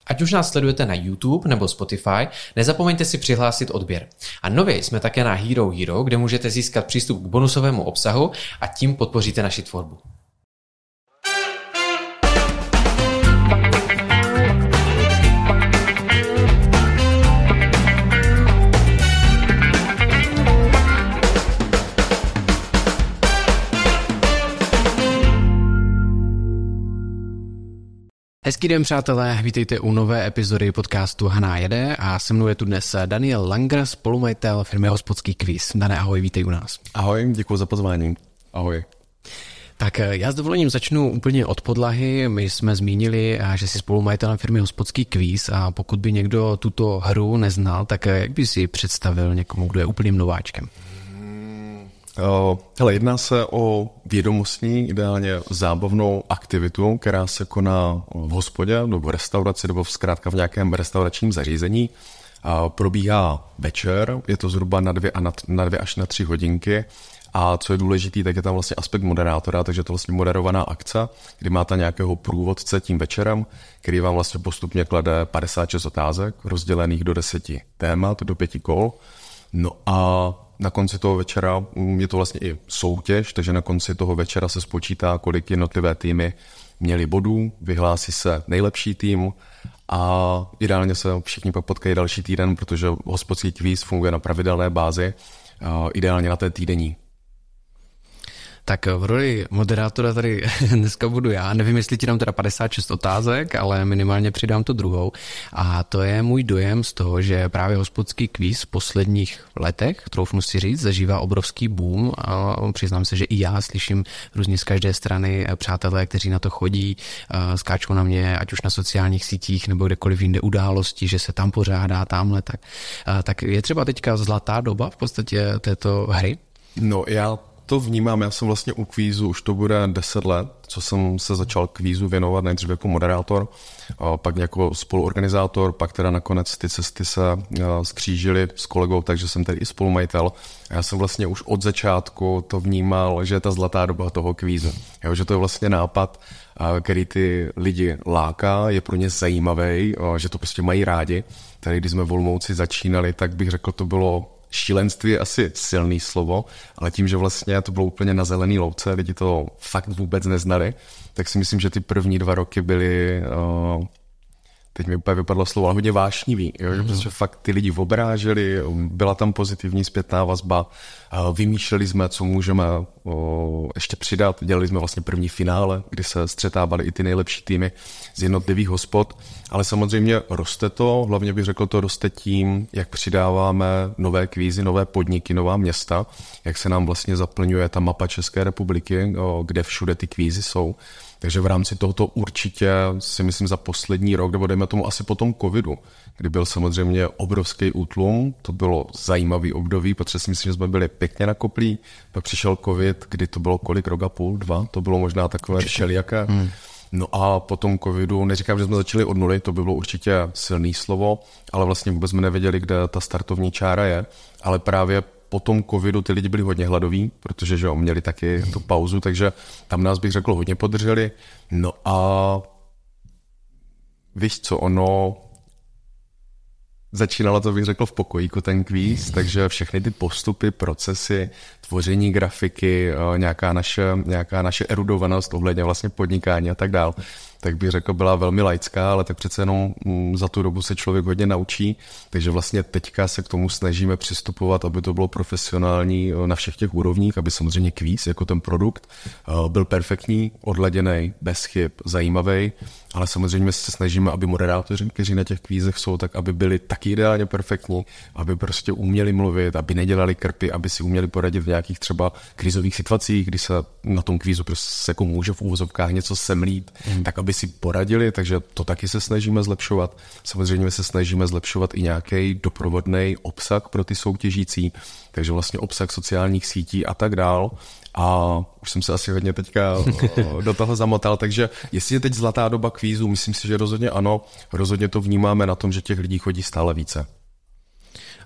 Ať už nás sledujete na YouTube nebo Spotify, nezapomeňte si přihlásit odběr. A nově jsme také na Hero Hero, kde můžete získat přístup k bonusovému obsahu a tím podpoříte naši tvorbu. Hezký den, přátelé, vítejte u nové epizody podcastu Hana jede a se mnou je tu dnes Daniel Langer, spolumajitel firmy Hospodský kvíz. Dane, ahoj, vítej u nás. Ahoj, děkuji za pozvání. Ahoj. Tak já s dovolením začnu úplně od podlahy. My jsme zmínili, že jsi spolumajitelem firmy Hospodský kvíz a pokud by někdo tuto hru neznal, tak jak by si představil někomu, kdo je úplným nováčkem? Hele, jedná se o vědomostní, ideálně zábavnou aktivitu, která se koná v hospodě nebo restauraci nebo zkrátka v nějakém restauračním zařízení. Probíhá večer, je to zhruba na 2 až na 3 hodinky. A co je důležitý, tak je tam vlastně aspekt moderátora, takže to vlastně moderovaná akce, kdy máte nějakého průvodce tím večerem, který vám vlastně postupně klade 56 otázek, rozdělených do 10 témat, do 5 kol. No a na konci toho večera je to vlastně i soutěž, takže na konci toho večera se spočítá, kolik jednotlivé týmy měly bodů, vyhlásí se nejlepší tým a ideálně se všichni pak potkají další týden, protože hospodský kvíz funguje na pravidelné bázi, ideálně na té týdenní. Tak v roli moderátora tady dneska budu já. Nevím, jestli ti dám teda 56 otázek, ale minimálně přidám tu druhou. A to je můj dojem z toho, že právě hospodský kvíz v posledních letech, troufnu si říct, zažívá obrovský boom. A přiznám se, že i já slyším různě z každé strany přátelé, kteří na to chodí, skáčou na mě, ať už na sociálních sítích nebo kdekoliv jinde události, že se tam pořádá, tamhle. Tak je třeba teďka zlatá doba v podstatě této hry? No já to vnímám, já jsem vlastně u kvízu, už to bude 10 let, co jsem se začal kvízu věnovat nejdřív jako moderátor, pak jako spoluorganizátor, pak teda nakonec ty cesty se skřížily s kolegou, takže jsem tady i spolumajitel. A já jsem vlastně už od začátku to vnímal, že je ta zlatá doba toho kvízu. Jo, že to je vlastně nápad, který ty lidi láká, je pro ně zajímavý, že to prostě mají rádi. Tady když jsme v Olomouci začínali, tak bych řekl, to bylo šílenství je asi silný slovo, ale tím, že vlastně to bylo úplně na zelený louce, lidi to fakt vůbec neznali, tak si myslím, že ty první 2 roky byly, teď mi úplně vypadlo slovo, ale hodně vášnivý, jo? Protože fakt ty lidi obráželi, byla tam pozitivní zpětná vazba, vymýšleli jsme, co můžeme ještě přidat, dělali jsme vlastně první finále, kdy se střetávaly i ty nejlepší týmy z jednotlivých hospod, ale samozřejmě roste to, hlavně bych řekl, to roste tím, jak přidáváme nové kvízy, nové podniky, nová města, jak se nám vlastně zaplňuje ta mapa České republiky, kde všude ty kvízy jsou. Takže v rámci tohoto určitě si myslím za poslední rok, nebo dejme tomu asi po tom covidu, kdy byl samozřejmě obrovský útlum, to bylo zajímavý období, protože si myslím, že jsme byli pěkně nakoplí, pak přišel covid, kdy to bylo kolik, rok a půl, 2, to bylo možná takové všelijaké. No a po tom covidu, neříkám, že jsme začali od nuly, to by bylo určitě silný slovo, ale vlastně vůbec jsme nevěděli, kde ta startovní čára je, ale právě po tom covidu ty lidi byli hodně hladoví, protože že měli taky tu pauzu, takže tam nás bych řekl hodně podrželi. No a víš co, ono začínalo to bych řekl v pokojíku ten kvíz, takže všechny ty postupy, procesy, tvoření grafiky, nějaká naše erudovanost ohledně vlastně podnikání a tak dál, tak bych řekl, byla velmi laická, ale tak přece jenom za tu dobu se člověk hodně naučí, takže vlastně teďka se k tomu snažíme přistupovat, aby to bylo profesionální na všech těch úrovních, aby samozřejmě kvíz jako ten produkt byl perfektní, odladěný, bez chyb, zajímavý, ale samozřejmě se snažíme, aby moderátoři, kteří na těch kvízech jsou, tak aby byli taky ideálně perfektní, aby prostě uměli mluvit, aby nedělali krpy, aby si uměli poradit v nějakých třeba krizových situacích, kdy se na tom kvízu prostě se jako může v úvozovkách něco semlít, tak aby si poradili, takže to taky se snažíme zlepšovat. Samozřejmě se snažíme zlepšovat i nějaký doprovodný obsah pro ty soutěžící, takže vlastně obsah sociálních sítí a tak dál. A už jsem se asi hodně teďka do toho zamotal, takže jestli je teď zlatá doba kvízu, myslím si, že rozhodně ano, rozhodně to vnímáme na tom, že těch lidí chodí stále více.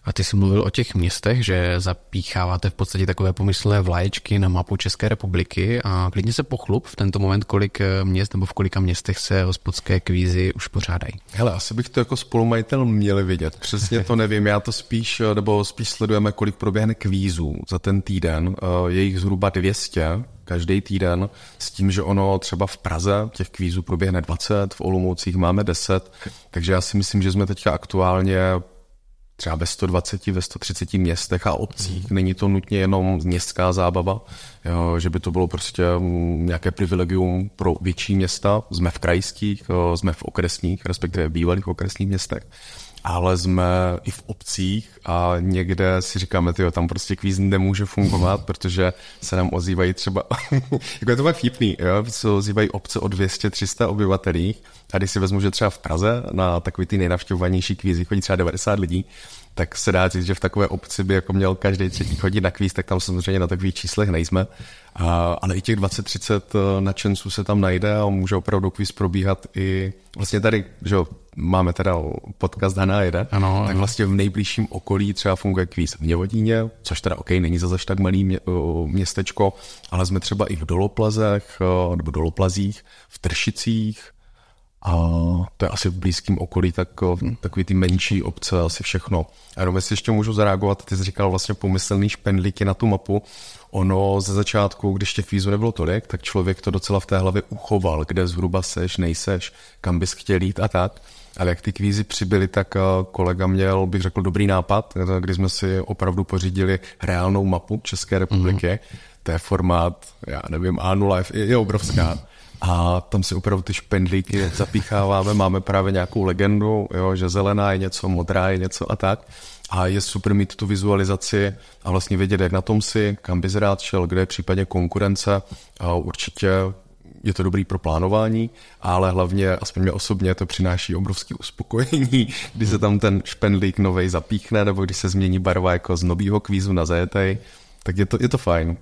A ty jsi mluvil o těch městech, že zapícháváte v podstatě takové pomyslné vlaječky na mapu České republiky a klidně se pochlup v tento moment, kolik měst nebo v kolika městech se hospodské kvízy už pořádají. Hele, asi bych to jako spolumajitel měli vidět. Přesně to nevím, já to spíš sledujeme, kolik proběhne kvízů za ten týden. Je jich zhruba 200 každý týden, s tím, že ono třeba v Praze těch kvízů proběhne 20, v Olomoucích máme 10, takže já si myslím, že jsme teďka aktuálně třeba ve 120, ve 130 městech a obcích. Není to nutně jenom městská zábava, jo, že by to bylo prostě nějaké privilegium pro větší města. Jsme v krajských, jsme v okresních, respektive v bývalých okresních městech, ale jsme i v obcích a někde si říkáme, tyjo, tam prostě kvíz nemůže fungovat, protože se nám ozývají třeba, jako je to tak vtipný, jo, se ozývají obce o 200-300 obyvatelích a když si vezmu, že třeba v Praze na takový ty nejnavštěvovanější kvízy chodí třeba 90 lidí, tak se dá říct, že v takové obci by jako měl každý třetí chodit na kvíz, tak tam samozřejmě na takových číslech nejsme. Ale i těch 20-30 nadšenců se tam najde a může opravdu kvíz probíhat i vlastně tady, že máme teda podcast Hana jede, ano, tak vlastně v nejbližším okolí třeba funguje kvíz v Měvodíně, což teda není zase tak malý městečko, ale jsme třeba i v Doloplazech, nebo Doloplazích, v Tršicích, a to je asi v blízkém okolí, tak takový ty menší obce, asi všechno. A jenom jestli ještě můžu zareagovat, ty jsi říkal vlastně pomyslný špendlíky na tu mapu. Ono ze začátku, když těch kvízů nebylo tolik, tak člověk to docela v té hlavě uchoval, kde zhruba seš, nejseš, kam bys chtěl jít a tak. Ale jak ty kvízy přibyly, tak kolega měl, bych řekl, dobrý nápad, kdy jsme si opravdu pořídili reálnou mapu České republiky. To je formát, já nevím, A0 je obrovská. A tam si opravdu ty špendlíky zapícháváme, máme právě nějakou legendu, jo, že zelená je něco, modrá je něco a tak. A je super mít tu vizualizaci a vlastně vědět, jak na tom si, kam bys rád šel, kde je případně konkurence. A určitě je to dobrý pro plánování, ale hlavně, aspoň mě osobně, to přináší obrovské uspokojení, když se tam ten špendlík novej zapíchne, nebo když se změní barva jako z nového kvízu na zajetej, tak je to fajn.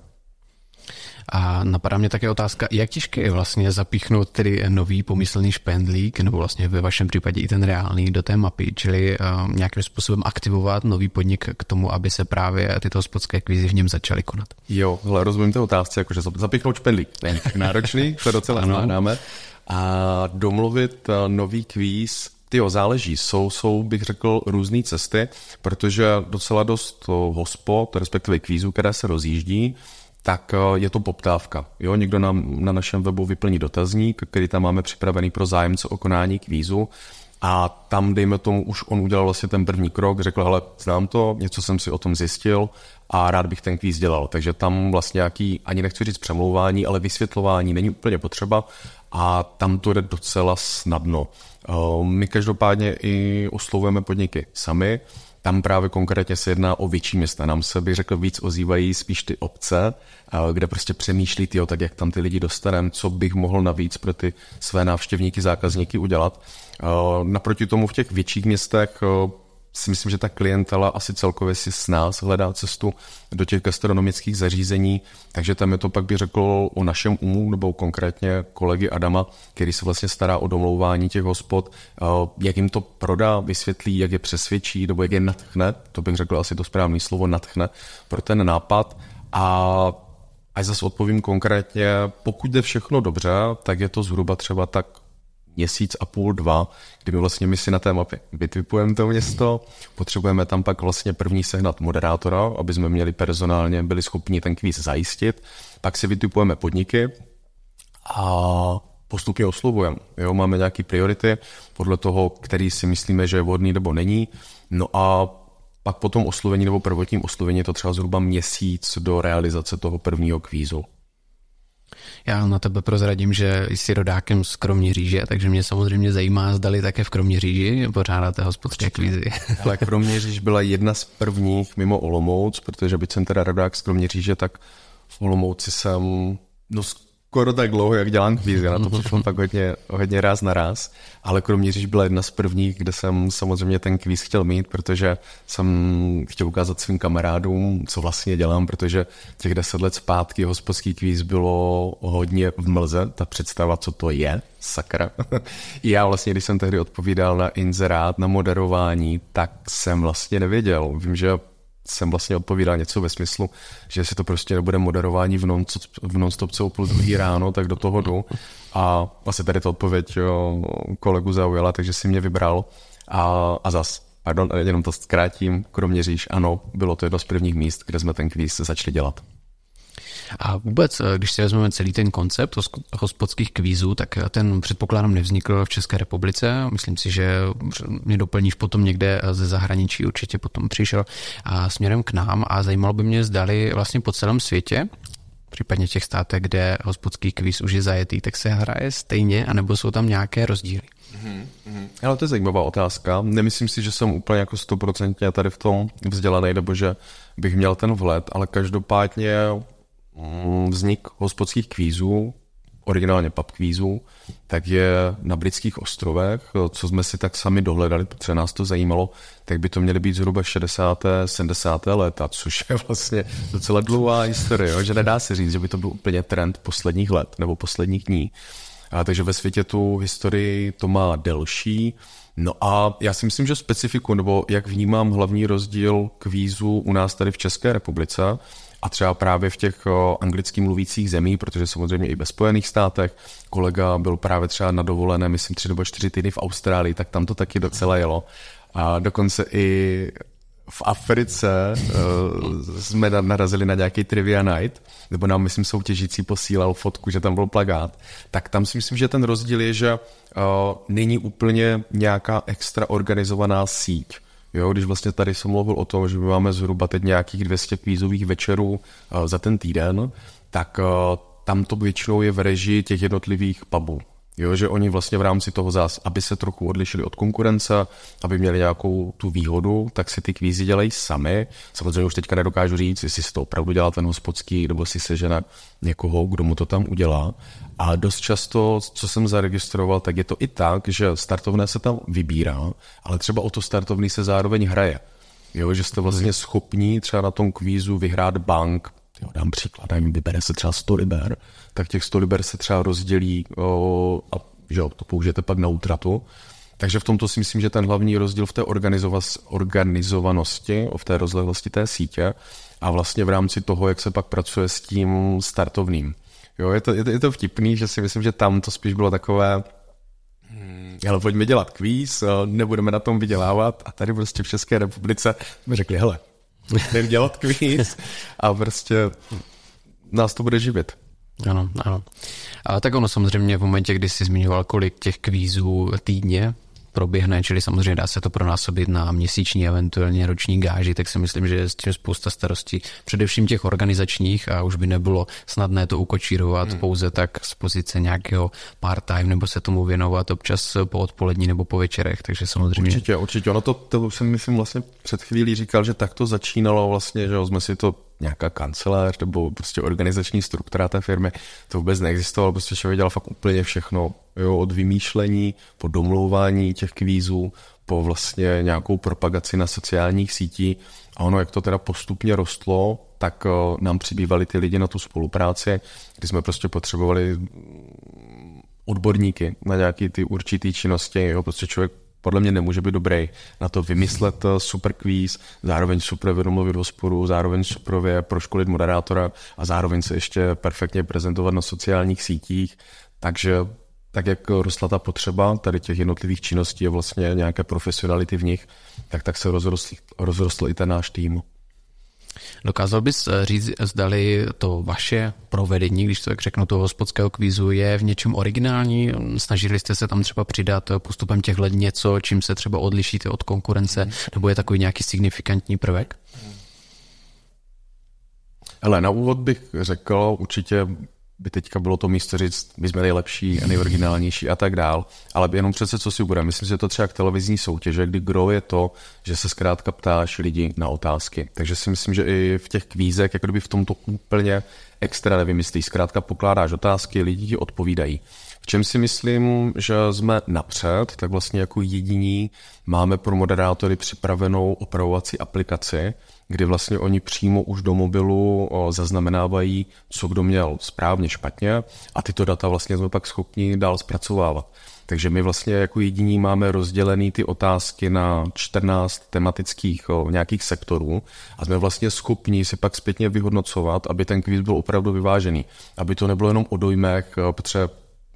A napadá mě také otázka, jak těžké je vlastně zapíchnout tedy nový pomyslný špendlík, nebo vlastně ve vašem případě i ten reálný do té mapy, čili nějakým způsobem aktivovat nový podnik k tomu, aby se právě tyto hospodské kvízy v něm začaly konat. Jo, hele, rozumím té otázce, jakože zapíchnout špendlík, není tak náročný, to docela zvládáme. A domluvit nový kvíz, záleží, jsou, bych řekl, různé cesty, protože docela dost hospod, respektive kvízů, které se rozjíždí, tak je to poptávka. Jo, někdo nám na našem webu vyplní dotazník, který tam máme připravený pro zájemce o konání kvízu a tam, dejme tomu, už on udělal vlastně ten první krok, řekl, hele, znám to, něco jsem si o tom zjistil a rád bych ten kvíz dělal. Takže tam vlastně nějaký, ani nechci říct přemlouvání, ale vysvětlování není úplně potřeba a tam to jde docela snadno. My každopádně i oslovujeme podniky sami. Tam právě konkrétně se jedná o větší města. Nám se, bych řekl, víc ozývají spíš ty obce, kde prostě přemýšlí, tak jak tam ty lidi dostaneme, co bych mohl navíc pro ty své návštěvníky, zákazníky udělat. Naproti tomu v těch větších městech si myslím, že ta klientela asi celkově si s nás hledá cestu do těch gastronomických zařízení, takže tam je to pak, bych řekl, o našem umu, nebo konkrétně kolegy Adama, který se vlastně stará o domlouvání těch hospod, jak jim to prodá, vysvětlí, jak je přesvědčí, nebo jak je nadchne, to bych řekl asi to správné slovo, nadchne pro ten nápad. A zase odpovím konkrétně, pokud jde všechno dobře, tak je to zhruba třeba tak měsíc a půl, 2, kdy my si na té mapě vytipujeme to město, potřebujeme tam pak vlastně první sehnat moderátora, aby jsme měli personálně, byli schopni ten kvíz zajistit, pak si vytipujeme podniky a postupně oslovujeme. Jo, máme nějaké priority podle toho, který si myslíme, že je vhodný nebo není, no a pak po tom oslovení nebo prvotním oslovení je to třeba zhruba měsíc do realizace toho prvního kvízu. Já na tebe prozradím, že jsi rodákem z Kroměříže, takže mě samozřejmě zajímá, zdali také v Kroměříži pořádáte hospodské kvízy. Ale Kroměříž byla jedna z prvních mimo Olomouc, protože byť jsem teda rodák z Kroměříže, tak v Olomouci jsem skoro tak dlouho, jak dělám kvíz. Já na to přišlo tak hodně ráz na ráz, ale Kroměříž byla jedna z prvních, kde jsem samozřejmě ten kvíz chtěl mít, protože jsem chtěl ukázat svým kamarádům, co vlastně dělám, protože těch 10 let zpátky hospodský kvíz bylo hodně v mlze, ta představa, co to je, sakra. I já vlastně, když jsem tehdy odpovídal na inzerát, na moderování, tak jsem vlastně nevěděl. Vím, že jsem vlastně odpovídal něco ve smyslu, že si to prostě nebude moderování v non-stopce o 1:30 ráno, tak do toho jdu. A vlastně tady ta odpověď kolegu zaujala, takže si mě vybral. A jenom to zkrátím, Kroměříž, ano, bylo to jedno z prvních míst, kde jsme ten kvíz začali dělat. A vůbec, když si vezmeme celý ten koncept hospodských kvízů, tak ten předpokládám nevznikl v České republice. Myslím si, že mě doplníš potom někde ze zahraničí, určitě potom přišel a směrem k nám a zajímalo by mě, zdali vlastně po celém světě, případně v těch státech, kde hospodský kvíz už je zajetý, tak se hraje stejně, anebo jsou tam nějaké rozdíly? Ale to je zajímavá otázka. Nemyslím si, že jsem úplně jako 100% tady v tom vzdělaný, nebo že bych měl ten vhled, ale každopádně vznik hospodských kvízů, originálně pub kvízů, tak je na Britských ostrovech, co jsme si tak sami dohledali, protože nás to zajímalo, tak by to měly být zhruba 60. 70. léta, což je vlastně docela dlouhá historie, že nedá se říct, že by to byl úplně trend posledních let nebo posledních dní. Takže ve světě tu historii to má delší. No a já si myslím, že specifiku, nebo jak vnímám hlavní rozdíl kvízu u nás tady v České republice, a třeba právě v těch anglicky mluvících zemích, protože samozřejmě i ve Spojených státech, kolega byl právě třeba na dovolené, myslím 3 nebo 4 týdny v Austrálii, tak tam to taky docela jelo. A dokonce i v Africe jsme narazili na nějaký trivia night, nebo nám, myslím, soutěžící posílal fotku, že tam byl plakát. Tak tam si myslím, že ten rozdíl je, že není úplně nějaká extra organizovaná síť. Jo, když vlastně tady jsem mluvil o tom, že my máme zhruba teď nějakých 200 kvízových večerů za ten týden, tak tam to většinou je v režii těch jednotlivých pubů. Jo, že oni vlastně v rámci toho aby se trochu odlišili od konkurence, aby měli nějakou tu výhodu, tak si ty kvízy dělají sami. Samozřejmě už teďka nedokážu říct, jestli si to opravdu dělá ten hospodský, nebo si sežene někoho, kdo mu to tam udělá. A dost často, co jsem zaregistroval, tak je to i tak, že startovné se tam vybírá, ale třeba o to startovný se zároveň hraje. Jo, že jste vlastně schopní třeba na tom kvízu vyhrát bank. Jo, dám příklad, vybere se třeba 100 liber, tak těch 100 liber se třeba rozdělí a že to použijete pak na útratu. Takže v tomto si myslím, že ten hlavní rozdíl v té organizovanosti, v té rozlehlosti té sítě a vlastně v rámci toho, jak se pak pracuje s tím startovným. Jo, je to vtipný, že si myslím, že tam to spíš bylo takové, ale pojďme dělat kvíz, nebudeme na tom vydělávat a tady prostě v České republice jsme řekli, hele, jdem dělat kvíz a prostě nás to bude živit. Ano. A tak ono samozřejmě v momentě, kdy jsi zmiňoval, kolik těch kvízů týdně proběhne, čili samozřejmě dá se to pronásobit na měsíční, eventuálně roční gáži, tak si myslím, že je s tím spousta starostí, především těch organizačních a už by nebylo snadné to ukočírovat pouze tak z pozice nějakého part-time nebo se tomu věnovat občas po odpolední nebo po večerech, takže samozřejmě. Určitě. Ono to jsem myslím vlastně před chvílí říkal, že tak to začínalo vlastně, že jsme si to nějaká kancelář nebo prostě organizační struktura té firmy, to vůbec neexistovalo, prostě člověk dělal fakt úplně všechno, jo, od vymýšlení, po domlouvání těch kvízů, po vlastně nějakou propagaci na sociálních sítích a ono, jak to teda postupně rostlo, tak nám přibývali ty lidi na tu spolupráci, kdy jsme prostě potřebovali odborníky na nějaké ty určité činnosti, jo, prostě člověk podle mě nemůže být dobrý na to vymyslet super kvíz, zároveň super domluvit hospodu, zároveň super proškolit moderátora a zároveň se ještě perfektně prezentovat na sociálních sítích. Takže tak, jak rostla ta potřeba tady těch jednotlivých činností a vlastně nějaké profesionality v nich, tak se rozrostl i ten náš tým. Dokázal bys říct, zdali to vaše provedení, když to tak řeknu, toho hospodského kvízu je v něčem originální? Snažili jste se tam třeba přidat postupem těch let něco, čím se třeba odlišíte od konkurence, nebo je takový nějaký signifikantní prvek? Hele, na úvod bych řekl určitě by teďka bylo to místo říct, my jsme nejlepší a nejoriginálnější a tak dál, ale jenom přece co si bude. Myslím, že to třeba k televizní soutěže, kdy gro je to, že se zkrátka ptáš lidi na otázky. Takže si myslím, že i v těch kvízech, jako kdyby v tomto úplně extra nevymyslíš. Zkrátka pokládáš otázky, lidi ti odpovídají. V čem si myslím, že jsme napřed, tak vlastně jako jediní máme pro moderátory připravenou opravovací aplikaci, kdy vlastně oni přímo už do mobilu zaznamenávají, co kdo měl správně, špatně a tyto data vlastně jsme pak schopni dál zpracovávat. Takže my vlastně jako jediní máme rozdělený ty otázky na 14 tematických nějakých sektorů a jsme vlastně schopni si pak zpětně vyhodnocovat, aby ten kvíz byl opravdu vyvážený. Aby to nebylo jenom o dojmech, protože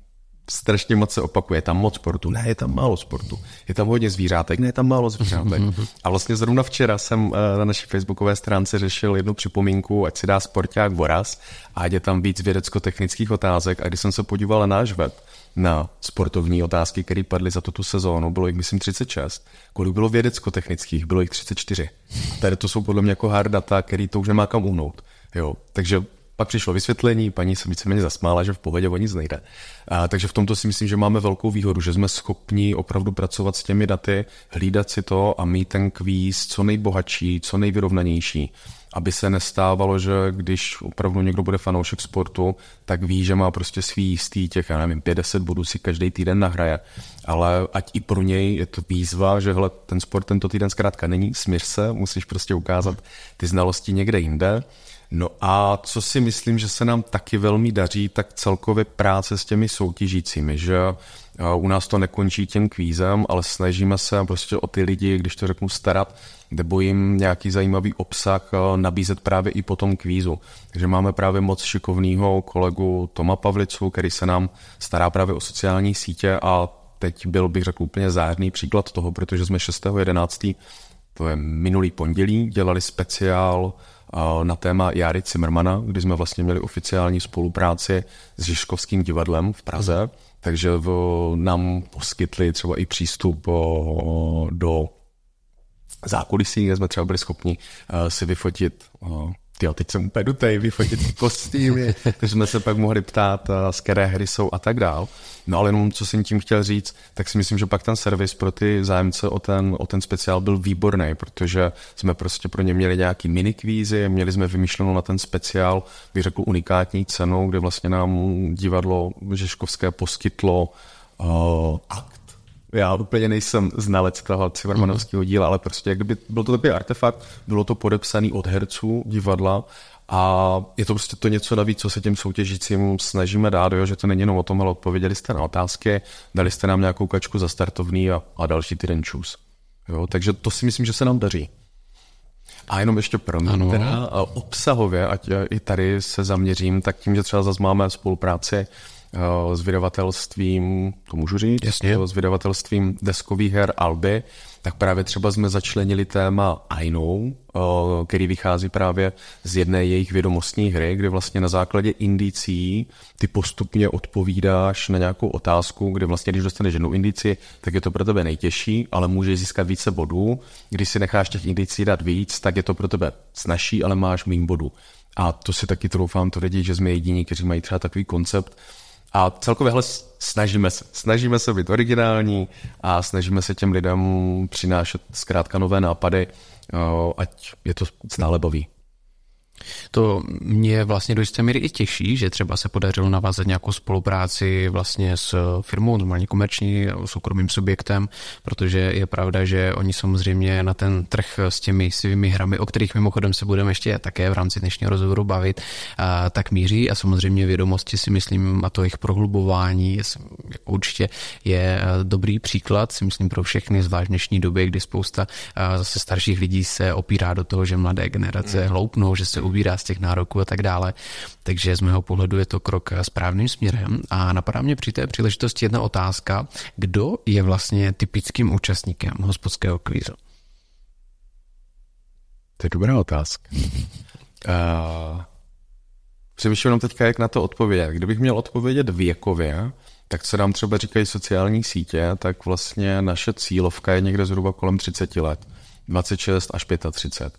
strašně moc se opakuje, je tam moc sportu, ne, je tam málo sportu, je tam hodně zvířátek, ne, je tam málo zvířátek. A vlastně zrovna včera jsem na naší facebookové stránce řešil jednu připomínku, ať si dá sporták voraz a ať je tam víc vědecko-technických otázek a když jsem se podíval na náš web, na sportovní otázky, které padly za tu sezónu, bylo jich myslím 36. Kolik bylo vědecko-technických? Bylo jich 34. Tady to jsou podle mě jako hard data, který to už nemá kam uhnout. Jo, takže pak přišlo vysvětlení, paní se víceméně zasmála, že v pohodě o nic nejde. Takže v tomto si myslím, že máme velkou výhodu, že jsme schopni opravdu pracovat s těmi daty, hlídat si to a mít ten kvíz co nejbohatší, co nejvyrovnanější. Aby se nestávalo, že když opravdu někdo bude fanoušek sportu, tak ví, že má prostě svý jistý těch, já nevím, 50 bodů si každý týden nahraje. Ale ať i pro něj je to výzva, že hele, ten sport tento týden zkrátka není, smíř se, musíš prostě ukázat ty znalosti někde jinde. No a co si myslím, že se nám taky velmi daří, tak celkově práce s těmi soutěžícími, že u nás to nekončí tím kvízem, ale snažíme se prostě o ty lidi, když to řeknu, starat, nebo jim nějaký zajímavý obsah nabízet právě i po tom kvízu. Takže máme právě moc šikovného kolegu Toma Pavlicu, který se nám stará právě o sociální sítě a teď byl, bych řekl, úplně zářný příklad toho, protože jsme 6.11., to je minulý pondělí, dělali speciál na téma Járy Cimrmana, kdy jsme vlastně měli oficiální spolupráci s Žižkovským divadlem v Praze, takže nám poskytli třeba i přístup do zákulisí, kde jsme třeba byli schopni si vyfotit, teď jsem úplně dutej, vyfotit kostýmy, takže jsme se pak mohli ptát, z které hry jsou a tak dál. No ale jenom, co jsem tím chtěl říct, tak si myslím, že pak ten servis pro ty zájemce o ten speciál byl výborný, protože jsme prostě pro ně měli nějaký minikvízy, měli jsme vymýšlenou na ten speciál, bych řekl, unikátní cenu, kde vlastně nám divadlo Žižkovské poskytlo akt. Já úplně nejsem znalec toho Cimrmanovského díla, ale prostě jak kdyby byl to takový artefakt, bylo to podepsaný od herců divadla a je to prostě to něco navíc, co se těm soutěžícím snažíme dát, jo? Že to není jenom o tom, ale odpověděli jste na otázky, dali jste nám nějakou kačku za startovný a další týden čus. Jo? Takže to si myslím, že se nám daří. A jenom ještě pro mě, teda obsahově, ať i tady se zaměřím, tak tím, že třeba zase máme spolupráci s vydavatelstvím, to můžu říct, jasně, s vydavatelstvím deskových her Alby, tak právě třeba jsme začlenili téma I Know, který vychází právě z jedné jejich vědomostní hry, kde vlastně na základě indicí ty postupně odpovídáš na nějakou otázku, kde vlastně, když dostaneš jednu indici, tak je to pro tebe nejtěžší, ale můžeš získat více bodů. Když si necháš těch indicí dát víc, tak je to pro tebe snazší, ale máš méně bodů. A to si taky troufám tvrdit, že jsme jediní, kteří mají třeba takový koncept. A celkově snažíme se být originální a snažíme se těm lidem přinášet zkrátka nové nápady, ať je to stále baví. To mě vlastně do jisté míry i těší, že třeba se podařilo navázat nějakou spolupráci vlastně s firmou, normálně komerční, soukromým subjektem, protože je pravda, že oni samozřejmě na ten trh s těmi svými hrami, o kterých mimochodem se budeme ještě také v rámci dnešního rozhovoru bavit, tak míří a samozřejmě vědomosti si myslím a to jejich prohlubování určitě je dobrý příklad, si myslím pro všechny, zvlášť v dnešní době, kdy spousta zase starších lidí se opírá do toho, že mladé generace hloupnou, že se ubírá z těch nároků a tak dále. Takže z mého pohledu je to krok správným směrem. A napadá mě při té příležitosti jedna otázka. Kdo je vlastně typickým účastníkem hospodského kvízu? To je dobrá otázka. Přemýšlím jenom teďka, jak na to odpovědět. Kdybych měl odpovědět věkově, tak co nám třeba říkají sociální sítě, tak vlastně naše cílovka je někde zhruba kolem 30 let. 26 až 35.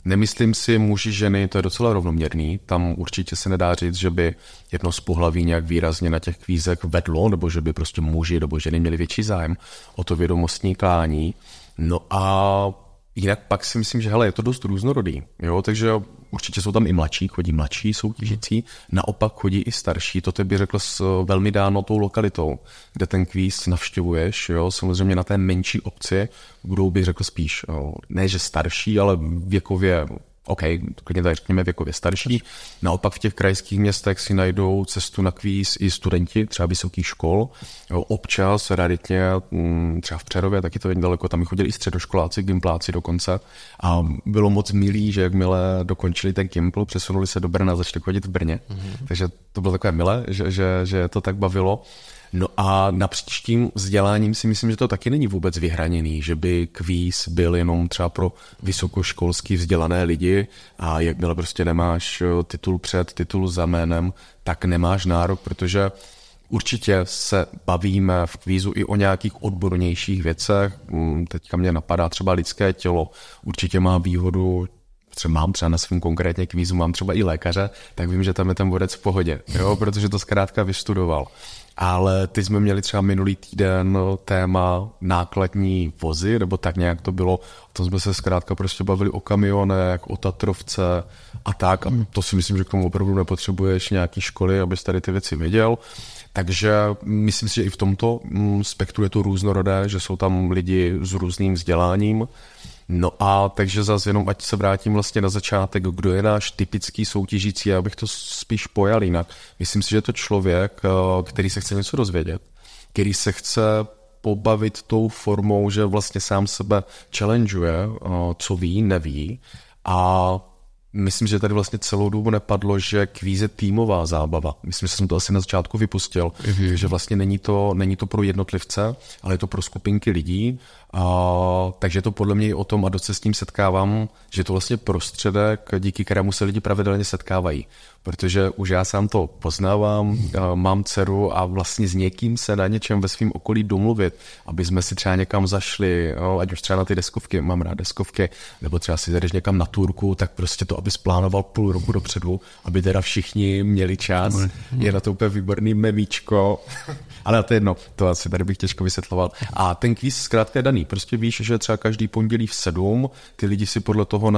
Nemyslím si muži, ženy, to je docela rovnoměrný. Tam určitě se nedá říct, že by jedno z pohlaví nějak výrazně na těch kvízech vedlo, nebo že by prostě muži nebo ženy měli větší zájem o to vědomostní klání. No a jinak pak si myslím, že hele, je to dost různorodý, jo, takže určitě jsou tam i mladší, chodí mladší soutěžící, naopak chodí i starší, to by řekl velmi dáno tou lokalitou, kde ten kvíz navštěvuješ, jo, samozřejmě na té menší obci budou, bych řekl spíš, jo, ne že starší, ale věkově, OK, klidně tak řekněme věkově starší. Naopak v těch krajských městech si najdou cestu na kvíz i studenti, třeba vysokých škol. Jo, občas, raritně, třeba v Přerově, taky to je nedaleko, tam chodili i středoškoláci, gympláci dokonce. A bylo moc milý, že jakmile dokončili ten gympl, přesunuli se do Brna a začali chodit v Brně. Takže to bylo takové milé, že to tak bavilo. No a napříč tím vzděláním si myslím, že to taky není vůbec vyhraněný, že by kvíz byl jenom třeba pro vysokoškolsky vzdělané lidi a jakmile prostě nemáš titul před, titul za jménem, tak nemáš nárok, protože určitě se bavíme v kvízu i o nějakých odbornějších věcech. Teďka mě napadá třeba lidské tělo. Určitě má výhodu, mám třeba na svém konkrétně kvízu, mám třeba i lékaře, tak vím, že tam je ten borec v pohodě, jo, protože to zkrátka vystudoval. Ale teď jsme měli třeba minulý týden téma nákladní vozy, nebo tak nějak to bylo. O tom jsme se zkrátka prostě bavili o kamionech, o Tatrovce a tak. A to si myslím, že k tomu opravdu nepotřebuješ nějaký školy, abys tady ty věci věděl. Takže myslím si, že i v tomto spektru je to různorodé, že jsou tam lidi s různým vzděláním. No a takže zase jenom, ať se vrátím vlastně na začátek, kdo je náš typický soutěžící, já bych to spíš pojal jinak. Myslím si, že je to člověk, který se chce něco dozvědět, který se chce pobavit tou formou, že vlastně sám sebe challengeuje, co ví, neví. A myslím, že tady vlastně celou dobu nepadlo, že kvíz je týmová zábava. Myslím, že jsem to asi na začátku vypustil, že vlastně není to pro jednotlivce, ale je to pro skupinky lidí. Takže je to podle mě i o tom, a dost se s tím setkávám, že je to vlastně prostředek, díky kterému se lidi pravidelně setkávají. Protože už já sám to poznávám, mám dceru a vlastně s někým se na něčem ve svém okolí domluvit, aby jsme si třeba někam zašli, ať už třeba na ty deskovky, mám rád deskovky, nebo třeba si jdeš někam na turku, tak prostě to, aby plánoval půl roku dopředu, aby teda všichni měli čas. Je na to úplně výborný memíčko, ale to je jedno, to asi tady bych těžko vysvětloval. A ten kvíz zkrátka je daný. Prostě víš, že třeba každý pondělí v 7 ty lidi si podle toho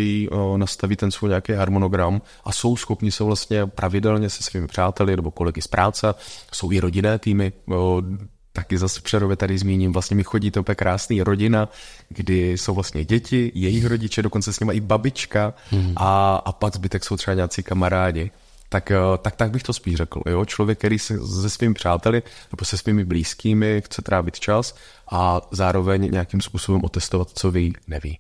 nastaví ten svůj nějaký harmonogram a jsou schopni se vlastně pravidelně se svými přáteli nebo kolegy z práce, jsou i rodinné týmy, taky zase v Přerově tady zmíním, vlastně mi chodí to úplně krásný rodina, kdy jsou vlastně děti, jejich rodiče, dokonce s nimi i babička a pak zbytek jsou třeba nějací kamarádi. Tak bych to spíš řekl. Jo? Člověk, který se svými přáteli nebo se svými blízkými chce trávit čas a zároveň nějakým způsobem otestovat, co ví, neví.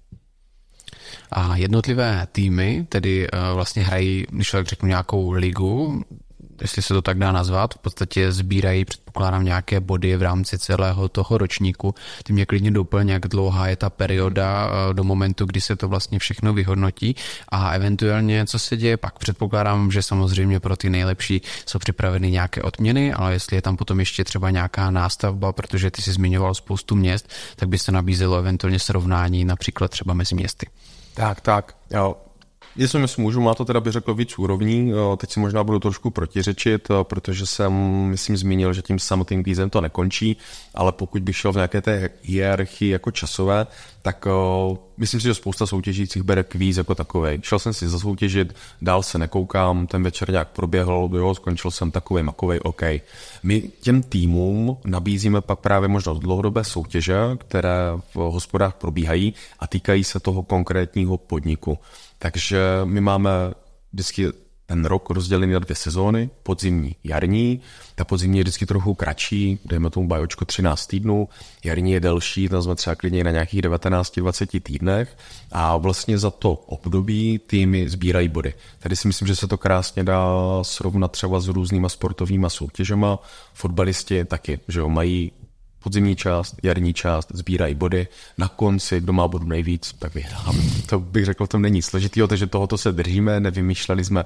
A jednotlivé týmy tedy vlastně hrají, když tak řeknu, nějakou ligu, jestli se to tak dá nazvat, v podstatě sbírají, předpokládám, nějaké body v rámci celého toho ročníku. Ty mě klidně doplň, jak dlouhá je ta perioda do momentu, kdy se to vlastně všechno vyhodnotí a eventuálně, co se děje pak. Předpokládám, že samozřejmě pro ty nejlepší jsou připraveny nějaké odměny, ale jestli je tam potom ještě třeba nějaká nástavba, protože ty jsi zmiňoval spoustu měst, tak by se nabízelo eventuálně srovnání například třeba mezi městy. Tak, jo. Jestli můžu, má to teda bych řekl víc úrovní, teď si možná budu trošku protiřečit, protože jsem, myslím, zmínil, že tím samotným kvízem to nekončí, ale pokud bych šel v nějaké té hierarchii jako časové, tak myslím si, že spousta soutěžících bere kvíz jako takovej. Šel jsem si zasoutěžit, dál se nekoukám, ten večer nějak proběhl, jo, skončil jsem takovej, makovej, OK. My těm týmům nabízíme pak právě možnost dlouhodobé soutěže, které v hospodách probíhají a týkají se toho konkrétního podniku. Takže my máme vždycky ten rok rozdělený na 2 sezóny, podzimní, jarní. Ta podzimní je vždycky trochu kratší, dejme tomu bajočko 13 týdnů, jarní je delší, tam jsme třeba klidně na nějakých 19-20 týdnech a vlastně za to období týmy sbírají body. Tady si myslím, že se to krásně dá srovnat třeba s různýma sportovníma soutěžema. Fotbalisti taky, že jo, mají podzimní část, jarní část, sbírají body. Na konci, kdo má bodů nejvíc, tak vyhrál. To bych řekl, v tom není složitýho, takže tohoto se držíme, nevymýšleli jsme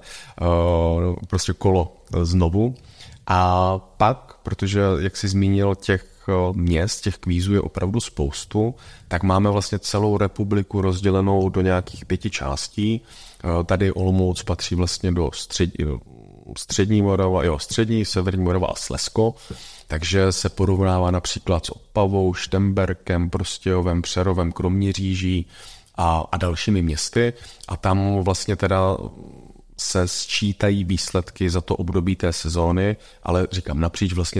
prostě kolo znovu. A pak, protože, jak jsi zmínil, těch měst, těch kvízů je opravdu spoustu, tak máme vlastně celou republiku rozdělenou do nějakých 5 částí. Tady Olomouc patří vlastně do střední Morava, střední, severní Morava a Slezsko, takže se porovnává například s Opavou, Štemberkem, Prostějovem, Přerovem, Kroměříží a dalšími městy a tam vlastně teda se sčítají výsledky za to období té sezóny, ale říkám napříč vlastně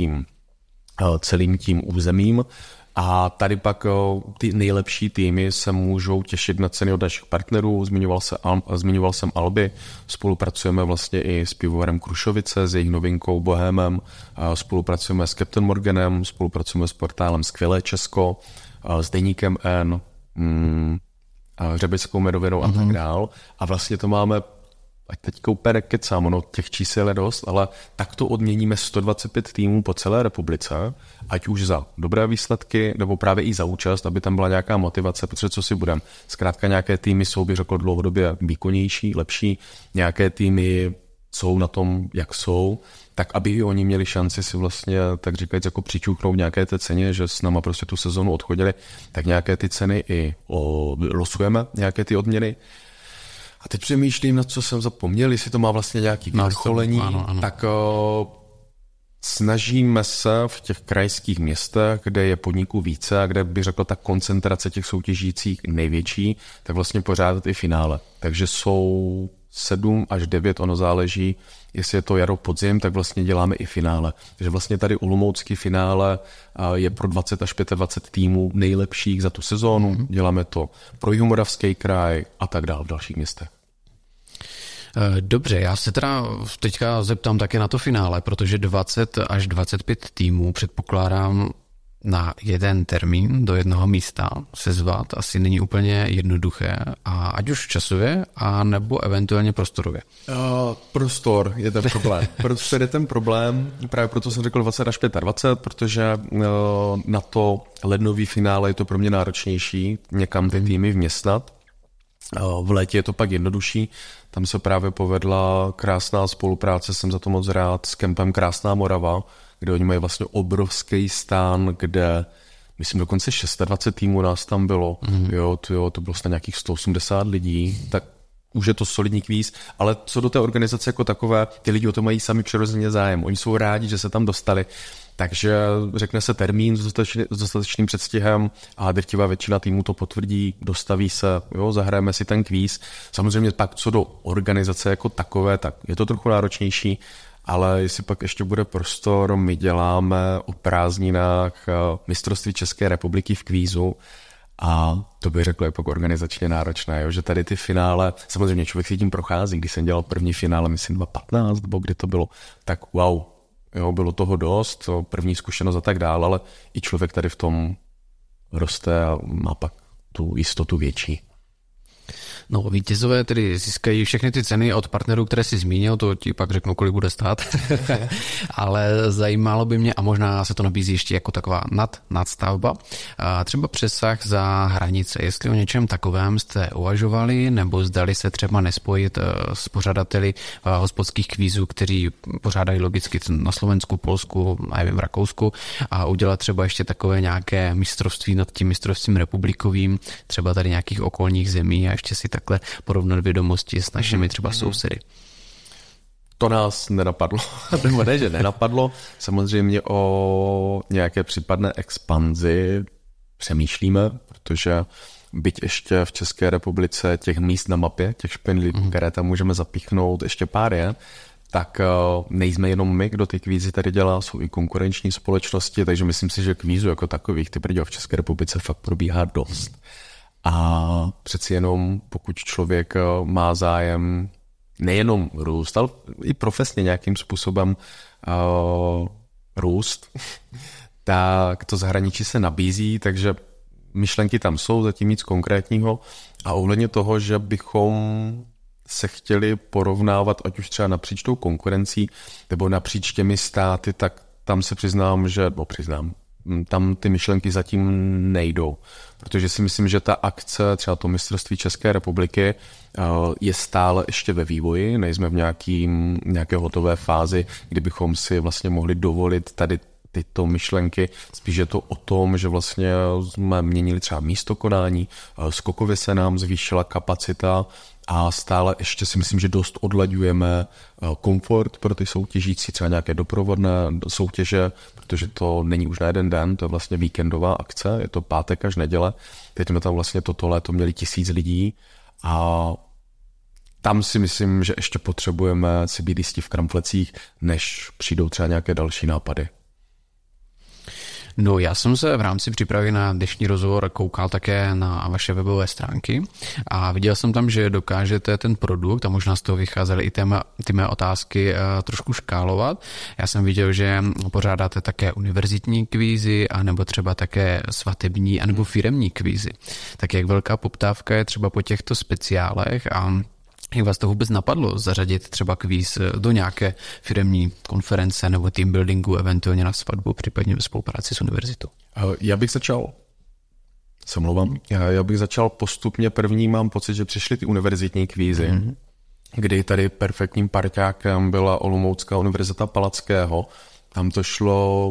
celým tím územím. A tady pak ty nejlepší týmy se můžou těšit na ceny od našich partnerů. Zmiňoval jsem Alby, spolupracujeme vlastně i s pivovarem Krušovice, s jejich novinkou Bohemem, spolupracujeme s Captain Morganem, spolupracujeme s portálem Skvělé Česko, s deníkem N, Řebeckou medovinou a tak dál. A vlastně to máme, ať teďka úplně nekecám, ono těch čísel je dost, ale takto odměníme 125 týmů po celé republice, ať už za dobré výsledky, nebo právě i za účast, aby tam byla nějaká motivace, protože co si budem. Zkrátka nějaké týmy jsou, bych řekl, dlouhodobě výkonnější, lepší, nějaké týmy jsou na tom, jak jsou, tak aby i oni měli šanci si vlastně, tak říkajíc, jako přičuknout nějaké té ceně, že s náma prostě tu sezonu odchodili, tak nějaké ty ceny i losujeme, nějaké ty odměny. A teď přemýšlím, na co jsem zapomněl, jestli to má vlastně nějaký vyvrcholení, tak snažíme se v těch krajských městech, kde je podniků více a kde bych řekl ta koncentrace těch soutěžících největší, tak vlastně pořádat i finále. Takže jsou 7 až 9, ono záleží, jestli je to jaro, podzim, tak vlastně děláme i finále. Takže vlastně tady olomoucký finále je pro 20 až 25 týmů nejlepších za tu sezónu. Děláme to pro Jihomoravský kraj a tak dále v dalších městech. Dobře, já se teda teďka zeptám také na to finále, protože 20 až 25 týmů předpokládám na jeden termín do jednoho místa sezvat asi není úplně jednoduché, a ať už časově, a nebo eventuálně prostorově. Prostor je ten problém. Prostor je ten problém, právě proto jsem řekl 20 až 25, protože na to lednový finále je to pro mě náročnější někam ty týmy vměstnat. V létě je to pak jednodušší, tam se právě povedla krásná spolupráce, jsem za to moc rád, s kempem Krásná Morava, kde oni mají vlastně obrovský stán, kde myslím dokonce 26 týmů nás tam bylo, to bylo snad nějakých 180 lidí, tak už je to solidní kvíz, ale co do té organizace jako takové, ty lidi o to mají sami přirozeně zájem, oni jsou rádi, že se tam dostali, takže řekne se termín s dostatečným předstihem a drtivá většina týmů to potvrdí, dostaví se, zahrajeme si ten kvíz. Samozřejmě pak co do organizace jako takové, tak je to trochu náročnější, ale jestli pak ještě bude prostor, my děláme o prázdninách mistrovství České republiky v kvízu a to bych řekl je pak organizačně náročné, že tady ty finále, samozřejmě člověk si tím prochází, když jsem dělal první finále, myslím 2015, nebo kdy to bylo, tak wow, bylo toho dost, první zkušenost a tak dále, ale i člověk tady v tom roste a má pak tu jistotu větší. No, vítězové tedy získají všechny ty ceny od partnerů, které si zmínil, to ti pak řeknu, kolik bude stát. Ale zajímalo by mě, a možná se to nabízí ještě jako taková nadstavba, třeba přesah za hranice. Jestli o něčem takovém jste uvažovali, nebo zdali se třeba nespojit s pořadateli hospodských kvízů, kteří pořádají logicky na Slovensku, Polsku a v Rakousku, a udělat třeba ještě takové nějaké mistrovství nad tím mistrovstvím republikovým, třeba tady nějakých okolních zemí, a ještě si takhle porovnat vědomosti s našimi třeba sousedy. To nás nenapadlo. Nebo ne, že nenapadlo. Samozřejmě o nějaké případné expanzi přemýšlíme, protože byť ještě v České republice těch míst na mapě, těch špendlíků, které tam můžeme zapíchnout, ještě pár je, tak nejsme jenom my, kdo ty kvízy tady dělá, jsou i konkurenční společnosti, takže myslím si, že kvízu jako takových ty v České republice fakt probíhá dost. A přeci jenom, pokud člověk má zájem nejenom růst, ale i profesně nějakým způsobem růst, tak to zahraničí se nabízí, takže myšlenky tam jsou, zatím nic konkrétního. A ohledně toho, že bychom se chtěli porovnávat, ať už třeba napříč tou konkurencí, nebo napříč těmi státy, tak tam se přiznám, tam ty myšlenky zatím nejdou. Protože si myslím, že ta akce, třeba to mistrovství České republiky, je stále ještě ve vývoji, nejsme v nějaké hotové fázi, kdybychom si vlastně mohli dovolit tady tyto myšlenky. Spíš je to o tom, že vlastně jsme měnili třeba místo konání, skokově se nám zvýšila kapacita a stále ještě si myslím, že dost odlaďujeme komfort pro ty soutěžící, třeba nějaké doprovodné soutěže, protože to není už na jeden den, to je vlastně víkendová akce, je to pátek až neděle. Teď jsme tam vlastně toto léto měli 1000 lidí a tam si myslím, že ještě potřebujeme si být jistí v kramflecích, než přijdou třeba nějaké další nápady. No, já jsem se v rámci přípravy na dnešní rozhovor koukal také na vaše webové stránky a viděl jsem tam, že dokážete ten produkt, a možná z toho vycházely i ty mé otázky, trošku škálovat. Já jsem viděl, že pořádáte také univerzitní kvízy, anebo třeba také svatební, anebo firemní kvízy. Tak jak velká poptávka je třeba po těchto speciálech a jak vás to vůbec napadlo zařadit třeba kvíz do nějaké firemní konference nebo team buildingu, eventuálně na svatbu, případně ve spolupráci s univerzitou? Já bych začal postupně. První mám pocit, že přišly ty univerzitní kvízy, kdy tady perfektním parťákem byla Olomoucká univerzita Palackého. Tam to šlo,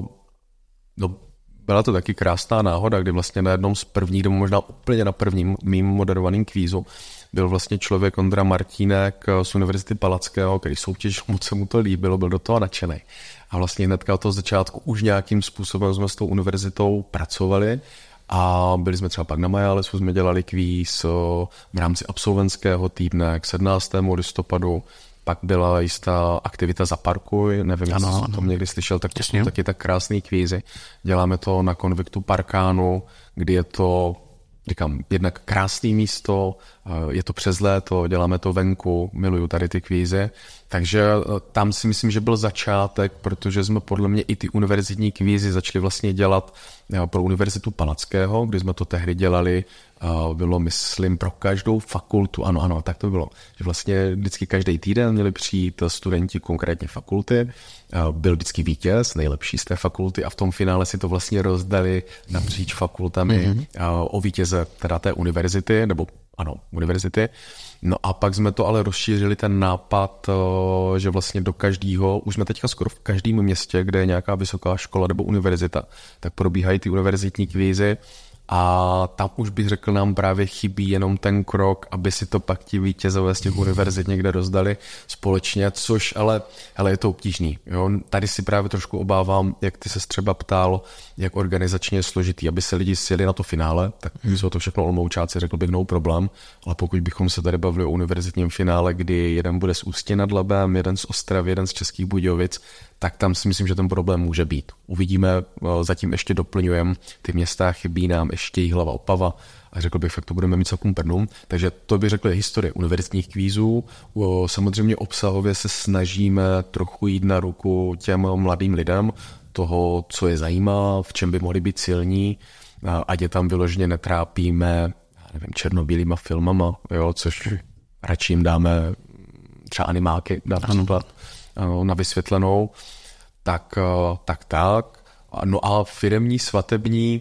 byla to taky krásná náhoda, kdy vlastně na jednom z prvních, nebo možná úplně na prvním mým moderovaným kvízu, byl vlastně člověk Ondra Martínek z Univerzity Palackého, který soutěžil, moc se mu to líbilo, byl do toho nadšenej. A vlastně hnedka od toho začátku už nějakým způsobem jsme s tou univerzitou pracovali a byli jsme třeba pak na Majálesu, jsme dělali kvíz v rámci absolventského týdne k 17. listopadu. Pak byla jistá aktivita Zaparkuj, nevím, jestli jsi to někdy slyšel, tak to jsou taky tak krásný kvízy. Děláme to na konviktu Parkánu, kdy je to, říkám, jednak krásné místo, je to přes léto, děláme to venku, miluju tady ty kvízy. Takže tam si myslím, že byl začátek, protože jsme podle mě i ty univerzitní kvízy začali vlastně dělat pro Univerzitu Palackého, kdy jsme to tehdy dělali, bylo, myslím, pro každou fakultu, ano, tak to bylo, že vlastně vždycky každý týden měli přijít studenti konkrétně fakulty, byl vždycky vítěz, nejlepší z té fakulty a v tom finále si to vlastně rozdali napříč fakultami o vítěze teda té univerzity, nebo ano, univerzity. No a pak jsme to ale rozšířili ten nápad, že vlastně do každého, už jsme teďka skoro v každém městě, kde je nějaká vysoká škola nebo univerzita, tak probíhají ty univerzitní kvízy a tam už bych řekl, nám právě chybí jenom ten krok, aby si to pak ti vítězové z těch univerzit někde rozdali společně, což ale je to obtížný. Jo? Tady si právě trošku obávám, jak ty ses třeba ptal, jak organizačně je složitý, aby se lidi sjeli na to finále, tak jsou to všechno Olomoučáci, řekl bych, no problém, ale pokud bychom se tady bavili o univerzitním finále, kdy jeden bude z Ústí nad Labem, jeden z Ostravy, jeden z Českých Budějovic, tak tam si myslím, že ten problém může být. Uvidíme, zatím ještě doplňujeme, ty města chybí nám ještě Jihlava, Opava a řekl bych, fakt to budeme mít celkem prdnum. Takže to bych řekl je historie univerzitních kvízů. Samozřejmě obsahově se snažíme trochu jít na ruku těm mladým lidem, toho, co je zajímá, v čem by mohli být silní, ať je tam vyloženě netrápíme, nevím, černobílýma filmama, jo, což radši jim dáme třeba animáky například na vysvětlenou, tak. No a firemní, svatební,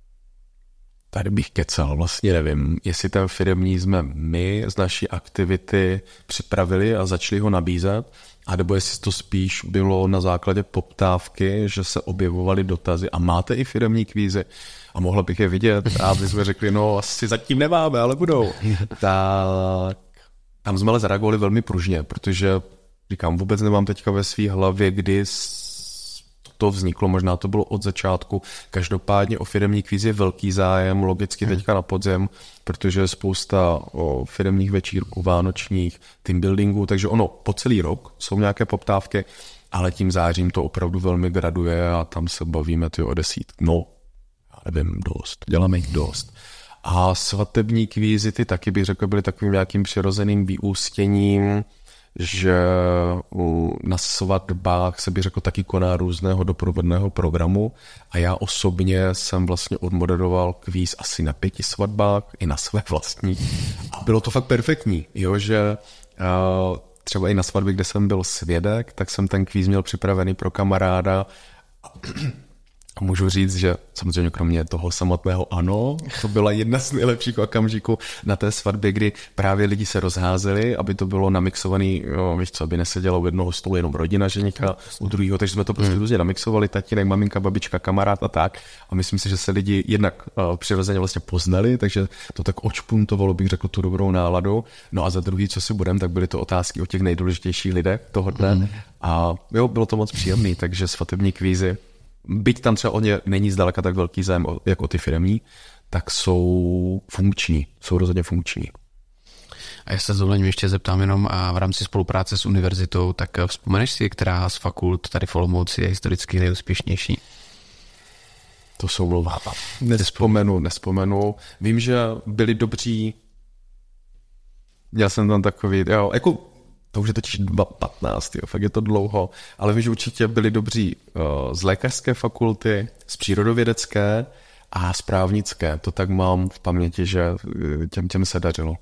tady bych kecal, vlastně nevím, jestli ten firemní jsme my z naší aktivity připravili a začali ho nabízet, anebo jestli to spíš bylo na základě poptávky, že se objevovaly dotazy a máte i firemní kvízy a mohla bych je vidět a my jsme řekli, no asi zatím nemáme, ale budou. Tak tam jsme ale zareagovali velmi pružně, protože říkám, vůbec nemám teďka ve své hlavě, kdy to vzniklo, možná to bylo od začátku. Každopádně o firemní kvíz je velký zájem, logicky teďka na podzim, protože je spousta firemních večírků, vánočních, team buildingů, takže ono po celý rok jsou nějaké poptávky, ale tím zářím to opravdu velmi graduje a tam se bavíme o desítky. No, já nevím, dost, děláme jich dost. A svatební kvízy, ty taky bych řekl, byly takovým nějakým přirozeným vyústěním, že na svatbách se bych řekl taky koná různého doprovodného programu a já osobně jsem vlastně odmoderoval kvíz asi na 5 svatbách i na své vlastní a bylo to fakt perfektní, jo, že třeba i na svatbě, kde jsem byl svědek, tak jsem ten kvíz měl připravený pro kamaráda. A můžu říct, že samozřejmě kromě toho samotného ano, to byla jedna z nejlepších okamžiků na té svatbě, kdy právě lidi se rozházeli, aby to bylo namixovaný, víš co, aby neseděla u jednoho stolu jenom rodina ženicha, u druhého, takže jsme to prostě různě namixovali, tatínek, maminka, babička, kamarád a tak. A myslím si, že se lidi jednak přirozeně vlastně poznali, takže to tak odšpuntovalo, bych řekl, tu dobrou náladu. No a za druhý, co si budem, tak byly to otázky o těch nejdůležitějších lidech toho dne. A jo, bylo to moc příjemný, takže svatební kvízy, byť tam třeba o ně není zdaleka tak velký zájem jako ty firemní, tak jsou funkční, jsou rozhodně funkční. A já se s dovolením ještě zeptám jenom a v rámci spolupráce s univerzitou, tak vzpomeneš si, která z fakult tady v Olomouci je historicky nejúspěšnější? To jsou mluvá. Nespomenu. Vím, že byli dobří, já jsem tam takový, jo, jako to už je totiž 2015, jo, fakt je to dlouho, ale vím, že určitě byli dobří z lékařské fakulty, z přírodovědecké a z právnické. To tak mám v paměti, že těm se dařilo.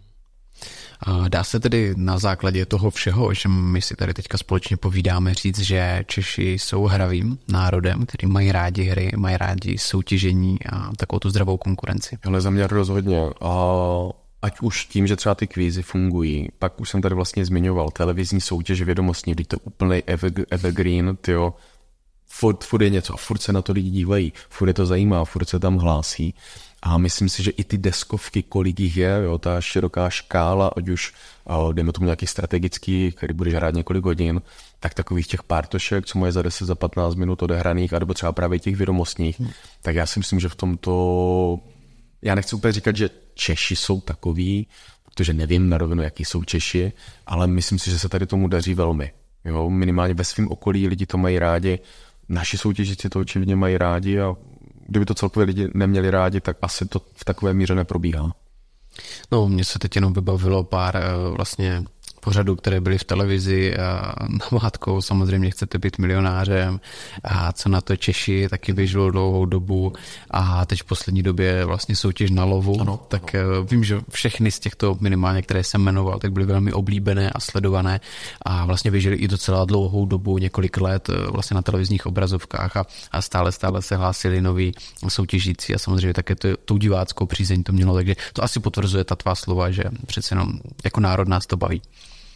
Dá se tedy na základě toho všeho, že my si tady teďka společně povídáme, říct, že Češi jsou hravým národem, který mají rádi hry, mají rádi soutěžení a takovou tu zdravou konkurenci? Ale za mě rozhodně. Ať už tím, že třeba ty kvízy fungují, pak už jsem tady vlastně zmiňoval televizní soutěže vědomostní, když to je úplný evergreen, tyjo, furt je něco, furt se na to lidi dívají, furt je to zajímá, furt se tam hlásí. A myslím si, že i ty deskovky, kolik jich je, jo, ta široká škála, ať už dejme tomu nějaký strategický, který budeš hrát několik hodin, tak takových těch pártošek, co mají za 10, za 15 minut odehraných, anebo třeba právě těch vědomostních, tak já si myslím, že v tomto, já nechci úplně říkat, že Češi jsou takový, protože nevím na rovinu, jaký jsou Češi, ale myslím si, že se tady tomu daří velmi. Jo, minimálně ve svém okolí lidi to mají rádi, naši soutěžici to očividně mají rádi a kdyby to celkově lidi neměli rádi, tak asi to v takové míře neprobíhá. No, mně se teď jenom vybavilo pár vlastně pořadů, které byly v televizi a namátkou samozřejmě chcete být milionářem a co na to Češi taky běželo dlouhou dobu a teď v poslední době vlastně soutěž na lovu, ano, tak ano. Vím, že všechny z těchto minimálně, které jsem jmenoval, tak byly velmi oblíbené a sledované a vlastně běžely i docela dlouhou dobu, několik let vlastně na televizních obrazovkách a stále se hlásili noví soutěžící a samozřejmě také tou diváckou přízeň to mělo, takže to asi potvrzuje ta tvá slova, že přece jenom jako národ nás to baví.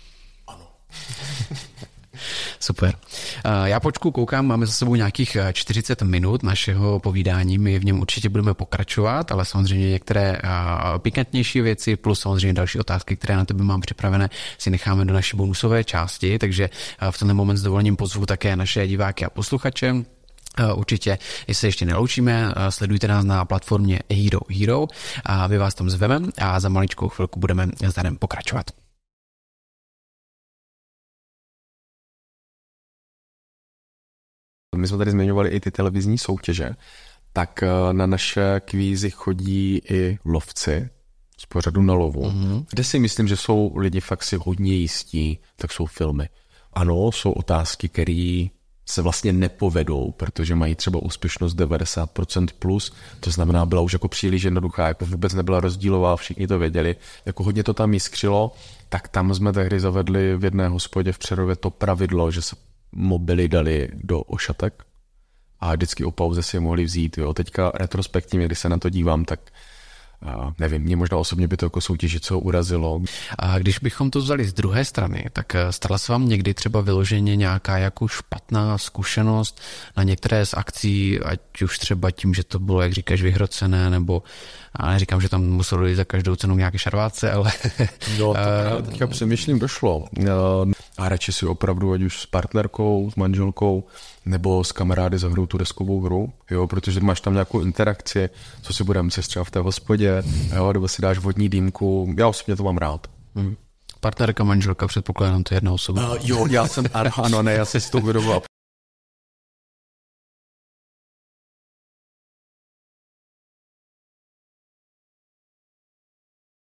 Super. Já počku koukám, máme za sebou nějakých 40 minut našeho povídání, my v něm určitě budeme pokračovat, ale samozřejmě některé pikantnější věci plus samozřejmě další otázky, které na tebe mám připravené, si necháme do naší bonusové části, takže v tenhle moment s dovolením pozvu také naše diváky a posluchače. Určitě, jestli se ještě neloučíme, sledujte nás na platformě Hero Hero a my vás tam zveme a za maličkou chvilku budeme s Danem pokračovat. My jsme tady zmiňovali i ty televizní soutěže, tak na naše kvízy chodí i lovci z pořadu Na lovu, kde si myslím, že jsou lidi fakt si hodně jistí, tak jsou filmy. Ano, jsou otázky, které se vlastně nepovedou, protože mají třeba úspěšnost 90% plus, to znamená, byla už jako příliš jednoduchá, jako vůbec nebyla rozdílová, všichni to věděli, jako hodně to tam jiskřilo, tak tam jsme tehdy zavedli v jedné hospodě v Přerově to pravidlo, že se mobily dali do ošatek a vždycky o pauze si je mohli vzít. Jo. Teďka retrospektivně, když se na to dívám, tak nevím, mě možná osobně by to jako soutěžico urazilo. A když bychom to vzali z druhé strany, tak stala se vám někdy třeba vyloženě nějaká jako špatná zkušenost na některé z akcí, ať už třeba tím, že to bylo, jak říkáš, vyhrocené, nebo já neříkám, že tam muselo jít za každou cenu nějaké šarváce, ale... No, tak teďka přemýšlím, došlo. A radši si opravdu, ať už s partnerkou, s manželkou, nebo s kamarády zahrou tu deskovou hru, jo, protože máš tam nějakou interakci, co si budeme si třeba v té hospodě, jo, nebo si dáš vodní dýmku, já osobně to mám rád. Partnerka, manželka, předpokládám, to je jedna osoba. Jo, já jsem, ano, ne, já jsem si to uvědomoval.